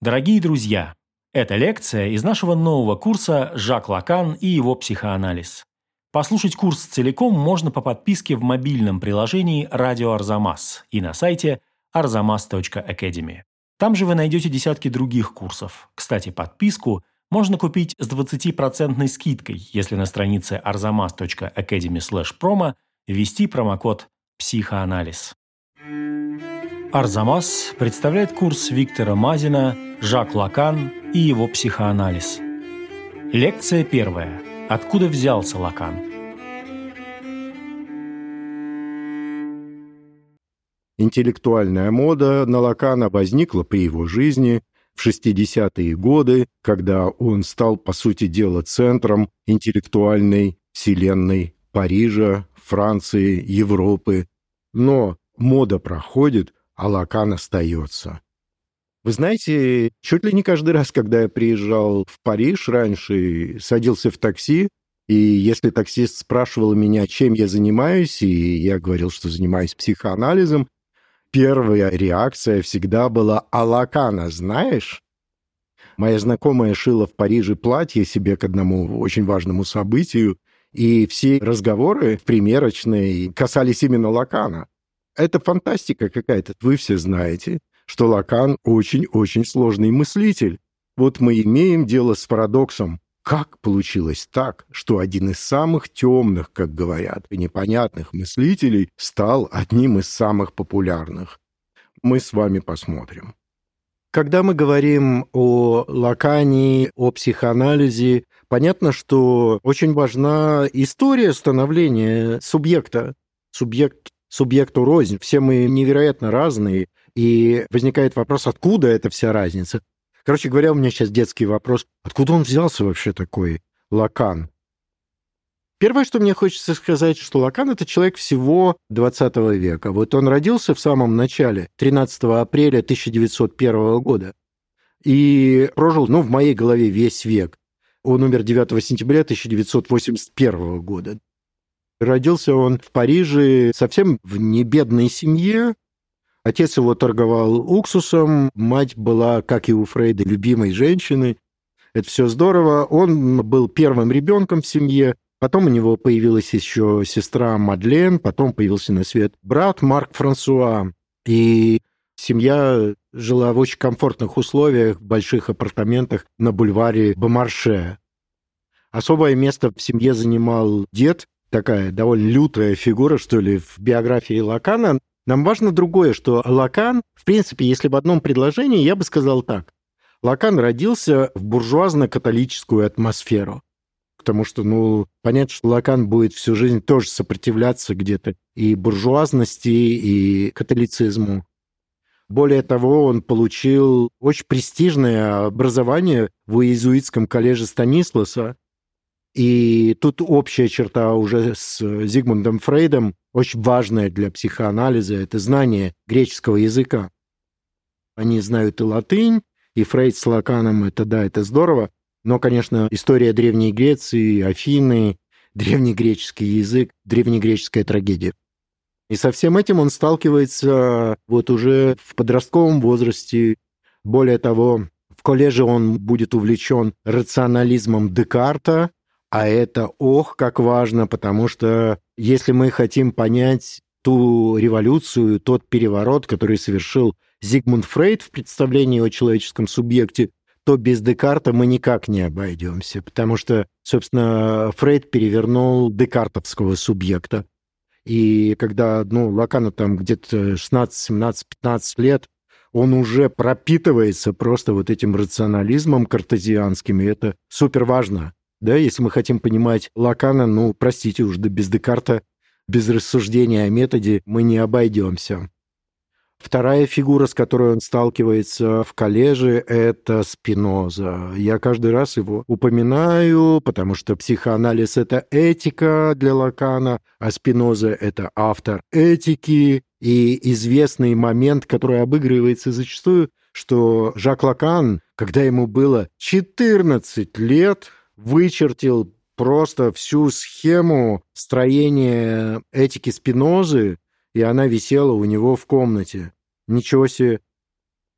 Дорогие друзья, это лекция из нашего нового курса «Жак Лакан и его психоанализ». Послушать курс целиком можно по подписке в мобильном приложении «Радио Арзамас» и на сайте arzamas.academy. Там же вы найдете десятки других курсов. Кстати, подписку можно купить с 20% скидкой, если на странице arzamas.academy/promo ввести промокод «Психоанализ». Арзамас представляет курс Виктора Мазина «Жак Лакан и его психоанализ». Лекция первая. Откуда взялся Лакан? Интеллектуальная мода на Лакана возникла при его жизни в 60-е годы, когда он стал, по сути дела, центром интеллектуальной вселенной Парижа, Франции, Европы. Но мода проходит, а Лакан остается. Вы знаете, чуть ли не каждый раз, когда я приезжал в Париж раньше, садился в такси, и если таксист спрашивал меня, чем я занимаюсь, и я говорил, что занимаюсь психоанализом, первая реакция всегда была: «А Лакана знаешь?» Моя знакомая шила в Париже платье себе к одному очень важному событию, и все разговоры в примерочной касались именно Лакана. Это фантастика какая-то. Вы все знаете, что Лакан очень-очень сложный мыслитель. Вот мы имеем дело с парадоксом. Как получилось так, что один из самых темных, как говорят, и непонятных мыслителей стал одним из самых популярных? Мы с вами посмотрим. Когда мы говорим о Лакане, о психоанализе, понятно, что очень важна история становления субъекта. Субъекту рознь. Все мы невероятно разные, и возникает вопрос, откуда эта вся разница. Короче говоря, у меня сейчас детский вопрос. Откуда он взялся вообще такой, Лакан? Первое, что мне хочется сказать, что Лакан — это человек всего 20 века. Вот он родился в самом начале, 13 апреля 1901 года, и прожил, в моей голове весь век. Он умер 9 сентября 1981 года. Родился он в Париже совсем в небедной семье. Отец его торговал уксусом, мать была, как и у Фрейда, любимой женщиной. Это все здорово. Он был первым ребенком в семье. Потом у него появилась еще сестра Мадлен, потом появился на свет брат Марк Франсуа. И семья жила в очень комфортных условиях, в больших апартаментах на бульваре Бомарше. Особое место в семье занимал дед, такая довольно лютая фигура, что ли, в биографии Лакана. Нам важно другое, что Лакан, в принципе, если в одном предложении, я бы сказал так. Лакан родился в буржуазно-католическую атмосферу. Потому что, понятно, что Лакан будет всю жизнь тоже сопротивляться где-то и буржуазности, и католицизму. Более того, он получил очень престижное образование в иезуитском колледже Станисласа. И тут общая черта уже с Зигмундом Фрейдом, очень важная для психоанализа, это знание греческого языка. Они знают и латынь, и Фрейд с Лаканом, это здорово. Но, конечно, история Древней Греции, Афины, древнегреческий язык, древнегреческая трагедия. И со всем этим он сталкивается вот уже в подростковом возрасте. Более того, в колледже он будет увлечен рационализмом Декарта, а это как важно, потому что если мы хотим понять ту революцию, тот переворот, который совершил Зигмунд Фрейд в представлении о человеческом субъекте, то без Декарта мы никак не обойдемся, потому что, собственно, Фрейд перевернул декартовского субъекта. И когда, Лакану там где-то 16, 17, 15 лет, он уже пропитывается просто вот этим рационализмом картезианским, и это супер важно. Да, если мы хотим понимать Лакана, простите уж, да без Декарта, без рассуждения о методе мы не обойдемся. Вторая фигура, с которой он сталкивается в колледже, это Спиноза. Я каждый раз его упоминаю, потому что психоанализ — это этика для Лакана, а Спиноза — это автор этики. И известный момент, который обыгрывается зачастую, что Жак Лакан, когда ему было 14 лет, вычертил просто всю схему строения этики Спинозы, и она висела у него в комнате. Ничего себе.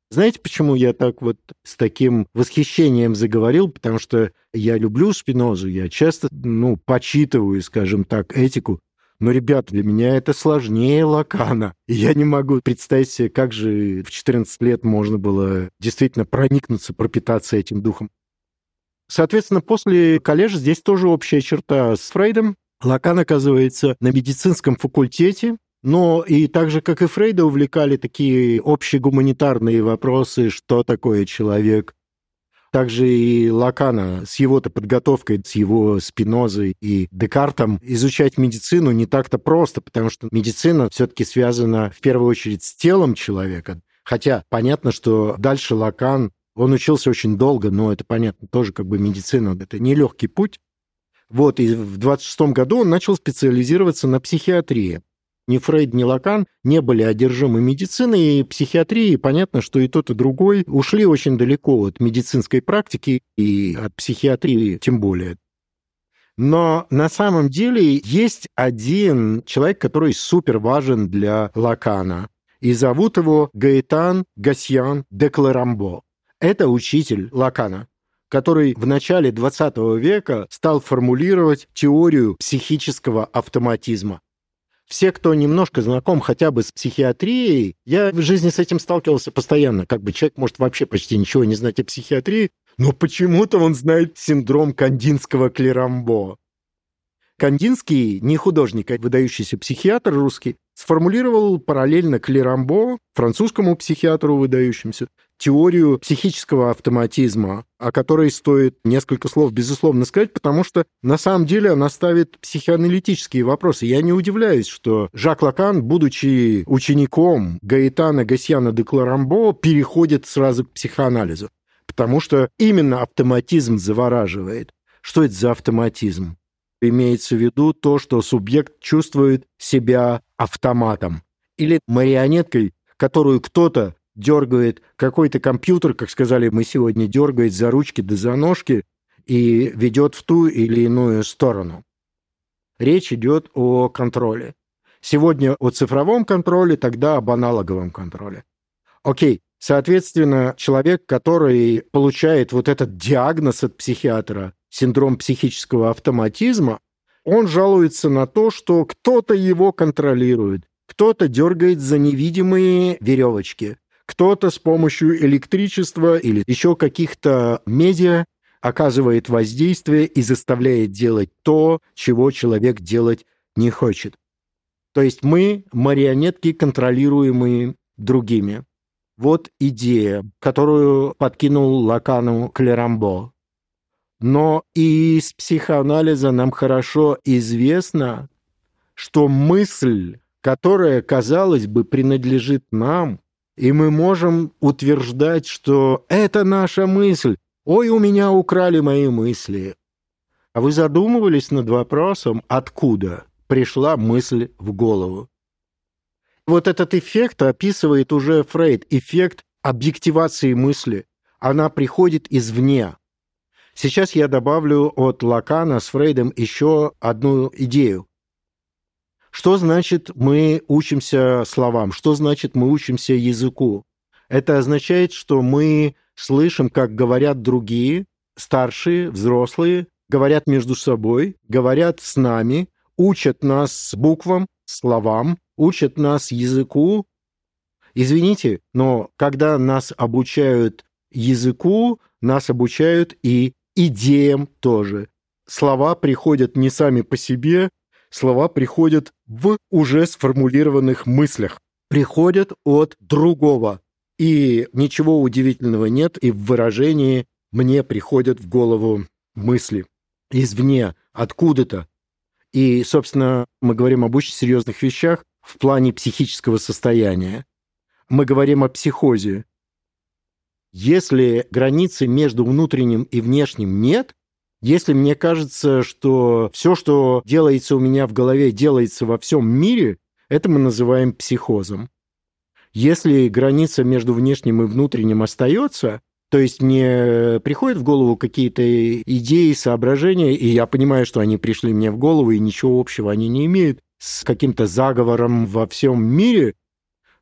Знаете, почему я так вот с таким восхищением заговорил? Потому что я люблю Спинозу, я часто, почитываю, скажем так, этику. Но, ребята, для меня это сложнее Лакана. И я не могу представить себе, как же в 14 лет можно было действительно проникнуться, пропитаться этим духом. Соответственно, после колледжа здесь тоже общая черта с Фрейдом. Лакан оказывается на медицинском факультете, но и так же, как и Фрейда, увлекали такие общегуманитарные вопросы, что такое человек. Также и Лакана с его-то подготовкой, с его Спинозой и Декартом изучать медицину не так-то просто, потому что медицина все-таки связана в первую очередь с телом человека. Хотя понятно, что дальше Лакан, он учился очень долго, но это понятно, тоже как бы медицина, это нелегкий путь. Вот, и в 26-м году он начал специализироваться на психиатрии. Ни Фрейд, ни Лакан не были одержимы медициной и психиатрией. Понятно, что и тот, и другой ушли очень далеко от медицинской практики и от психиатрии тем более. Но на самом деле есть один человек, который супер важен для Лакана. И зовут его Гаэтан Гассьян де Клерамбо. Это учитель Лакана, который в начале XX века стал формулировать теорию психического автоматизма. Все, кто немножко знаком хотя бы с психиатрией, я в жизни с этим сталкивался постоянно. Как бы человек может вообще почти ничего не знать о психиатрии, но почему-то он знает синдром Кандинского-Клерамбо. Кандинский, не художник, а выдающийся психиатр русский, сформулировал параллельно Клерамбо, французскому психиатру выдающемуся, теорию психического автоматизма, о которой стоит несколько слов, безусловно, сказать, потому что на самом деле она ставит психоаналитические вопросы. Я не удивляюсь, что Жак Лакан, будучи учеником Гаэтана Гассьяна де Клерамбо, переходит сразу к психоанализу, потому что именно автоматизм завораживает. Что это за автоматизм? Имеется в виду то, что субъект чувствует себя автоматом или марионеткой, которую кто-то дергает, какой-то компьютер, как сказали мы сегодня, дергает за ручки да за ножки и ведет в ту или иную сторону. Речь идет о контроле. Сегодня о цифровом контроле, тогда об аналоговом контроле. Окей, соответственно, человек, который получает вот этот диагноз от психиатра, синдром психического автоматизма, он жалуется на то, что кто-то его контролирует, кто-то дергает за невидимые веревочки, кто-то с помощью электричества или еще каких-то медиа оказывает воздействие и заставляет делать то, чего человек делать не хочет. То есть мы марионетки, контролируемые другими. Вот идея, которую подкинул Лакану Клерамбо. Но и из психоанализа нам хорошо известно, что мысль, которая, казалось бы, принадлежит нам, и мы можем утверждать, что это наша мысль. Ой, у меня украли мои мысли. А вы задумывались над вопросом, откуда пришла мысль в голову? Вот этот эффект описывает уже Фрейд, эффект объективации мысли. Она приходит извне. Сейчас я добавлю от Лакана с Фрейдом еще одну идею. Что значит мы учимся словам? Что значит мы учимся языку? Это означает, что мы слышим, как говорят другие, старшие, взрослые, говорят между собой, говорят с нами, учат нас буквам, словам, учат нас языку. Извините, но когда нас обучают языку, нас обучают и идеям тоже. Слова приходят не сами по себе, слова приходят в уже сформулированных мыслях, приходят от другого. И ничего удивительного нет и в выражении «мне приходят в голову мысли» извне, откуда-то. И, собственно, мы говорим об очень серьезных вещах в плане психического состояния. Мы говорим о психозе. Если границы между внутренним и внешним нет, если мне кажется, что все, что делается у меня в голове, делается во всем мире, это мы называем психозом. Если граница между внешним и внутренним остается, то есть мне приходят в голову какие-то идеи, соображения, и я понимаю, что они пришли мне в голову, и ничего общего они не имеют с каким-то заговором во всем мире,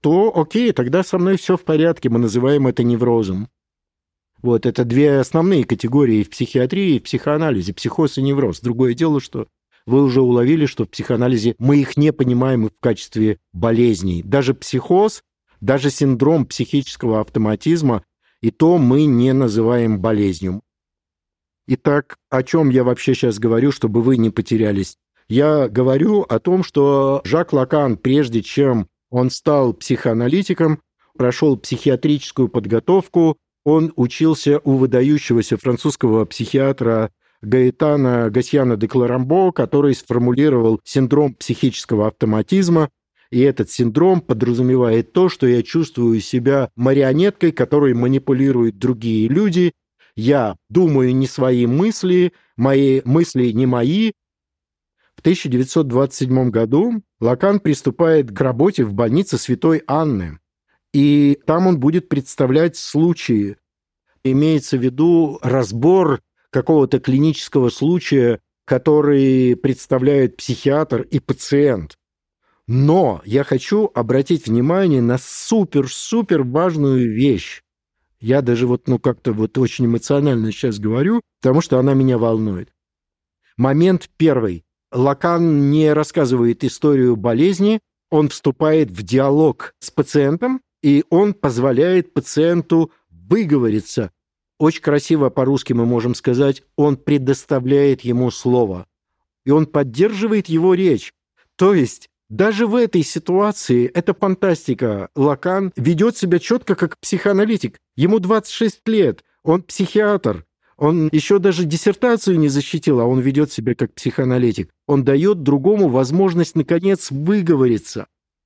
то окей, тогда со мной все в порядке, мы называем это неврозом. Вот, это две основные категории в психиатрии и в психоанализе, психоз и невроз. Другое дело, что вы уже уловили, что в психоанализе мы их не понимаем в качестве болезней. Даже психоз, даже синдром психического автоматизма, и то мы не называем болезнью. Итак, о чем я вообще сейчас говорю, чтобы вы не потерялись? Я говорю о том, что Жак Лакан, прежде чем он стал психоаналитиком, прошел психиатрическую подготовку, он учился у выдающегося французского психиатра Гаэтана Гасьяна де Кларамбо, который сформулировал синдром психического автоматизма. И этот синдром подразумевает то, что я чувствую себя марионеткой, которой манипулируют другие люди. Я думаю не свои мысли, мои мысли не мои. В 1927 году Лакан приступает к работе в больнице Святой Анны. И там он будет представлять случаи. Имеется в виду разбор какого-то клинического случая, который представляет психиатр и пациент. Но я хочу обратить внимание на супер-супер важную вещь. Я даже как-то очень эмоционально сейчас говорю, потому что она меня волнует. Момент первый. Лакан не рассказывает историю болезни, он вступает в диалог с пациентом, и он позволяет пациенту выговориться. Очень красиво по-русски мы можем сказать, он предоставляет ему слово. И он поддерживает его речь. То есть даже в этой ситуации, это фантастика, Лакан ведет себя четко как психоаналитик. Ему 26 лет, он психиатр. Он еще даже диссертацию не защитил, а он ведет себя как психоаналитик. Он дает другому возможность, наконец, выговориться.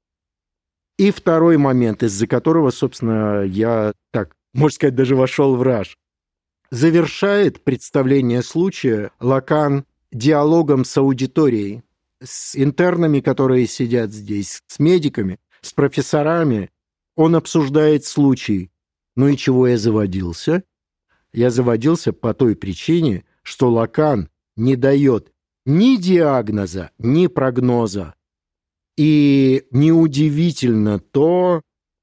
И второй момент, из-за которого, собственно, я, можно сказать, даже вошел в раж. Завершает представление случая Лакан диалогом с аудиторией, с интернами, которые сидят здесь, с медиками, с профессорами. Он обсуждает случай. Ну и чего я заводился? Я заводился по той причине, что Лакан не дает ни диагноза, ни прогноза. И неудивительно то,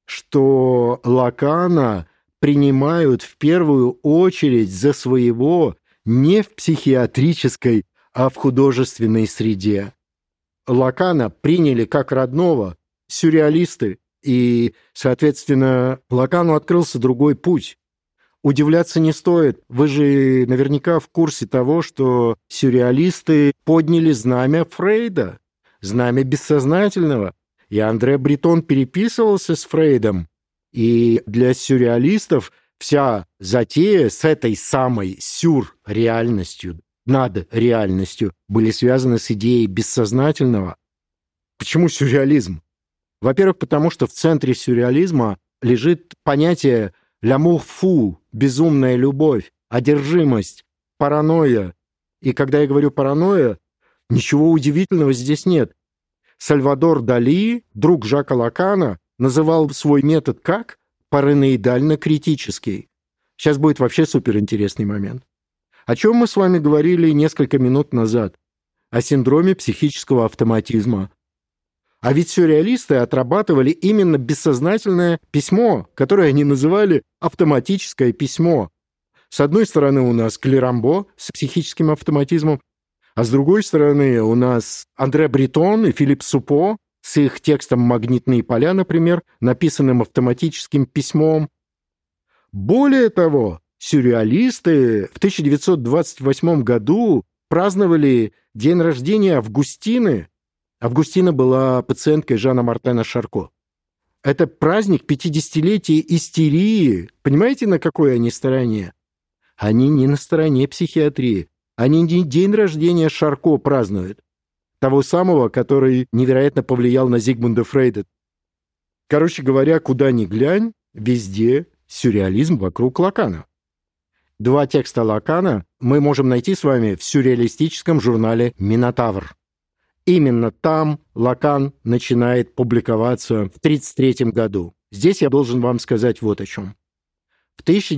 что Лакана принимают в первую очередь за своего не в психиатрической, а в художественной среде. Лакана приняли как родного сюрреалисты, и, соответственно, Лакану открылся другой путь. Удивляться не стоит. Вы же наверняка в курсе того, что сюрреалисты подняли знамя Фрейда, знамя бессознательного. И Андре Бретон переписывался с Фрейдом. И для сюрреалистов вся затея с этой самой сюрреальностью, над реальностью, были связаны с идеей бессознательного. Почему сюрреализм? Во-первых, потому что в центре сюрреализма лежит понятие «l'amour fou», безумная любовь, одержимость, паранойя. И когда я говорю паранойя, ничего удивительного здесь нет. Сальвадор Дали, друг Жака Лакана, называл свой метод как? Параноидально-критический. Сейчас будет вообще суперинтересный момент. О чем мы с вами говорили несколько минут назад? О синдроме психического автоматизма. А ведь сюрреалисты отрабатывали именно бессознательное письмо, которое они называли автоматическое письмо. С одной стороны у нас Кларамбо с психическим автоматизмом, а с другой стороны у нас Андре Бретон и Филипп Супо с их текстом «Магнитные поля», например, написанным автоматическим письмом. Более того, сюрреалисты в 1928 году праздновали день рождения Августины. Августина была пациенткой Жана Мартена Шарко. Это праздник 50-летия истерии. Понимаете, на какой они стороне? Они не на стороне психиатрии. Они не день рождения Шарко празднуют. Того самого, который невероятно повлиял на Зигмунда Фрейда. Короче говоря, куда ни глянь, везде сюрреализм вокруг Лакана. Два текста Лакана мы можем найти с вами в сюрреалистическом журнале «Минотавр». Именно там Лакан начинает публиковаться в 1933 году. Здесь я должен вам сказать вот о чем. В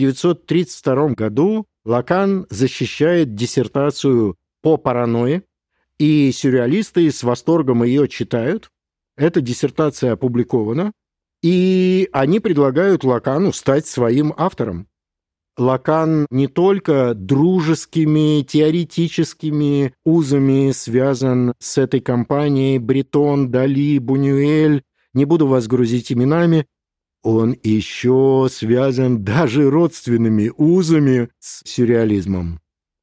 1932 году Лакан защищает диссертацию по паранойе, и сюрреалисты с восторгом ее читают. Эта диссертация опубликована, И они предлагают Лакану стать своим автором. Лакан не только дружескими, теоретическими узами связан с этой компанией Бретон, Дали, Бунюэль, не буду вас грузить именами, он еще связан даже родственными узами с сюрреализмом.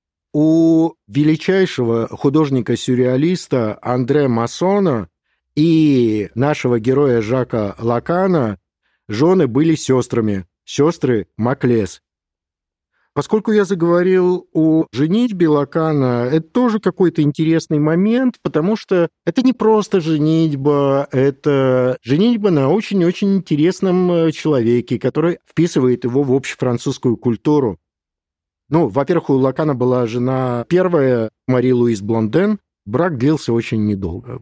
У величайшего художника-сюрреалиста Андре Массона и нашего героя Жака Лакана жены были сестрами, сестры Маклес. Поскольку я заговорил о женитьбе Лакана, это тоже какой-то интересный момент, потому что это не просто женитьба, это женитьба на очень-очень интересном человеке, который вписывает его в общефранцузскую культуру. Ну, во-первых, у Лакана была жена первая, Мари-Луиз Блонден, брак длился очень недолго.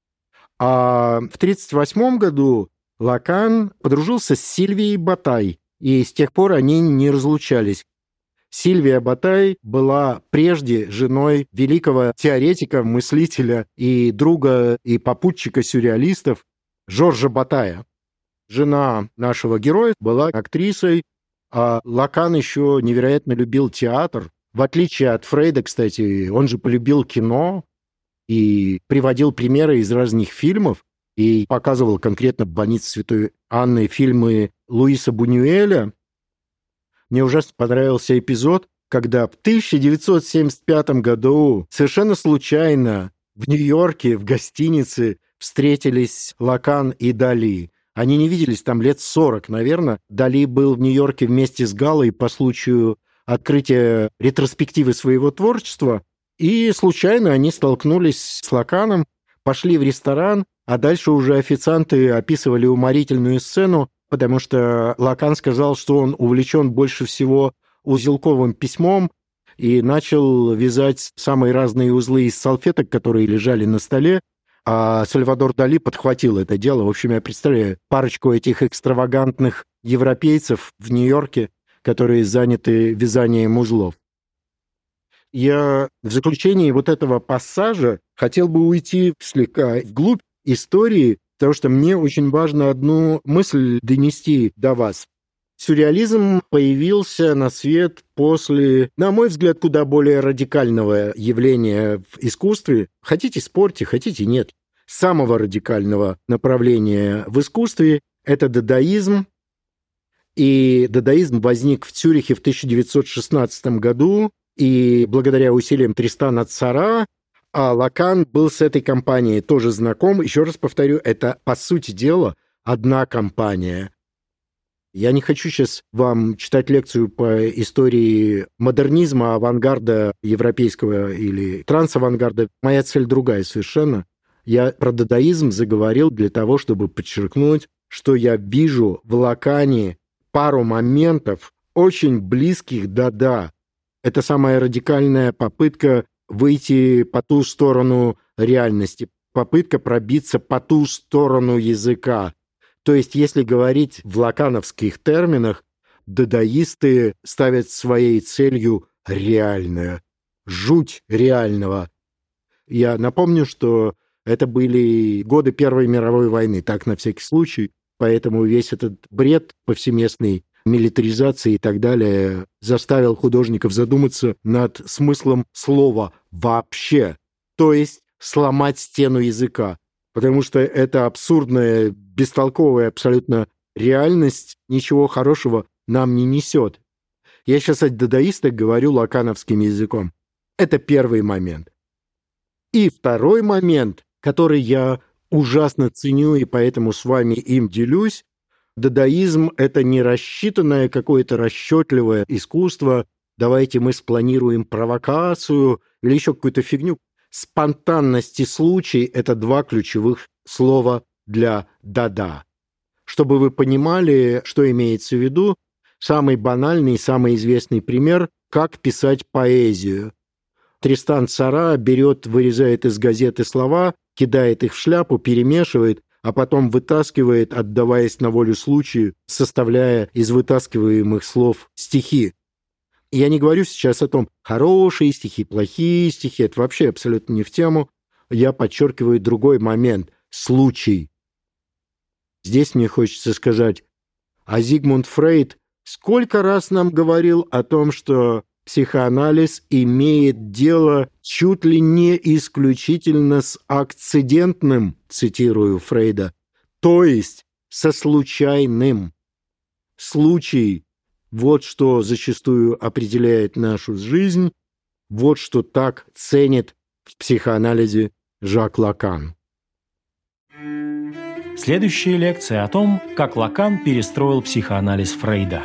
А в 1938 году Лакан подружился с Сильвией Батай, и с тех пор они не разлучались. Сильвия Батай была прежде женой великого теоретика, мыслителя и друга и попутчика сюрреалистов Жоржа Батая. Жена нашего героя была актрисой, а Лакан еще невероятно любил театр. В отличие от Фрейда, кстати, он же полюбил кино и приводил примеры из разных фильмов и показывал конкретно в «Больнице Святой Анны» фильмы Луиса Бунюэля. Мне ужасно понравился эпизод, когда в 1975 году совершенно случайно в Нью-Йорке в гостинице встретились Лакан и Дали. Они не виделись там лет 40, наверное. Дали был в Нью-Йорке вместе с Галлой по случаю открытия ретроспективы своего творчества, и случайно они столкнулись с Лаканом, пошли в ресторан, а дальше уже официанты описывали уморительную сцену, потому что Лакан сказал, что он увлечен больше всего узелковым письмом и начал вязать самые разные узлы из салфеток, которые лежали на столе, а Сальвадор Дали подхватил это дело. В общем, я представляю парочку этих экстравагантных европейцев в Нью-Йорке, которые заняты вязанием узлов. Я в заключении вот этого пассажа хотел бы уйти слегка вглубь истории, потому что мне очень важно одну мысль донести до вас. Сюрреализм появился на свет после, на мой взгляд, куда более радикального явления в искусстве. Хотите спорьте, хотите нет. Самого радикального направления в искусстве – это дадаизм. И дадаизм возник в Цюрихе в 1916 году, и благодаря усилиям Тристана Цара а Лакан был с этой компанией тоже знаком. Еще раз повторю, это, по сути дела, одна компания. Я не хочу сейчас вам читать лекцию по истории модернизма, авангарда европейского или трансавангарда. Моя цель другая совершенно. Я про дадаизм заговорил для того, чтобы подчеркнуть, что я вижу в Лакане пару моментов, очень близких дада. Это самая радикальная попытка выйти по ту сторону реальности, попытка пробиться по ту сторону языка. То есть, если говорить в лакановских терминах, дадаисты ставят своей целью реальное, жуть реального. Я напомню, что это были годы Первой мировой войны, так на всякий случай, поэтому весь этот бред повсеместный милитаризации и так далее заставил художников задуматься над смыслом слова «вообще», то есть сломать стену языка, потому что эта абсурдная, бестолковая абсолютно реальность ничего хорошего нам не несет. Я сейчас о дадаистах говорю лакановским языком. Это первый момент. И второй момент, который я ужасно ценю и поэтому с вами им делюсь, дадаизм – это не рассчитанное какое-то расчетливое искусство. Давайте мы спланируем провокацию или еще какую-то фигню. Спонтанность и случай – это два ключевых слова для дада. Чтобы вы понимали, что имеется в виду, самый банальный, самый известный пример – как писать поэзию. Тристан Цара берет, вырезает из газеты слова, кидает их в шляпу, перемешивает, а потом вытаскивает, отдаваясь на волю случаю, составляя из вытаскиваемых слов стихи. И я не говорю сейчас о том, хорошие стихи, плохие стихи, это вообще абсолютно не в тему. Я подчеркиваю другой момент – случай. Здесь мне хочется сказать, а Зигмунд Фрейд сколько раз нам говорил о том, что психоанализ имеет дело чуть ли не исключительно с акцидентным, цитирую Фрейда, то есть со случайным. Случай – вот что зачастую определяет нашу жизнь, вот что так ценит в психоанализе Жак Лакан. Следующая лекция о том, как Лакан перестроил психоанализ Фрейда.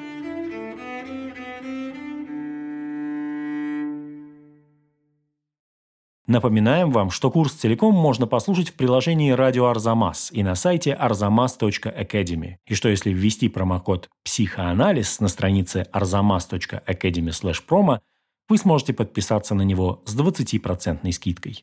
Напоминаем вам, что курс целиком можно послушать в приложении «Радио Арзамас» и на сайте arzamas.academy. И что если ввести промокод «Психоанализ» на странице arzamas.academy/promo, вы сможете подписаться на него с 20% скидкой.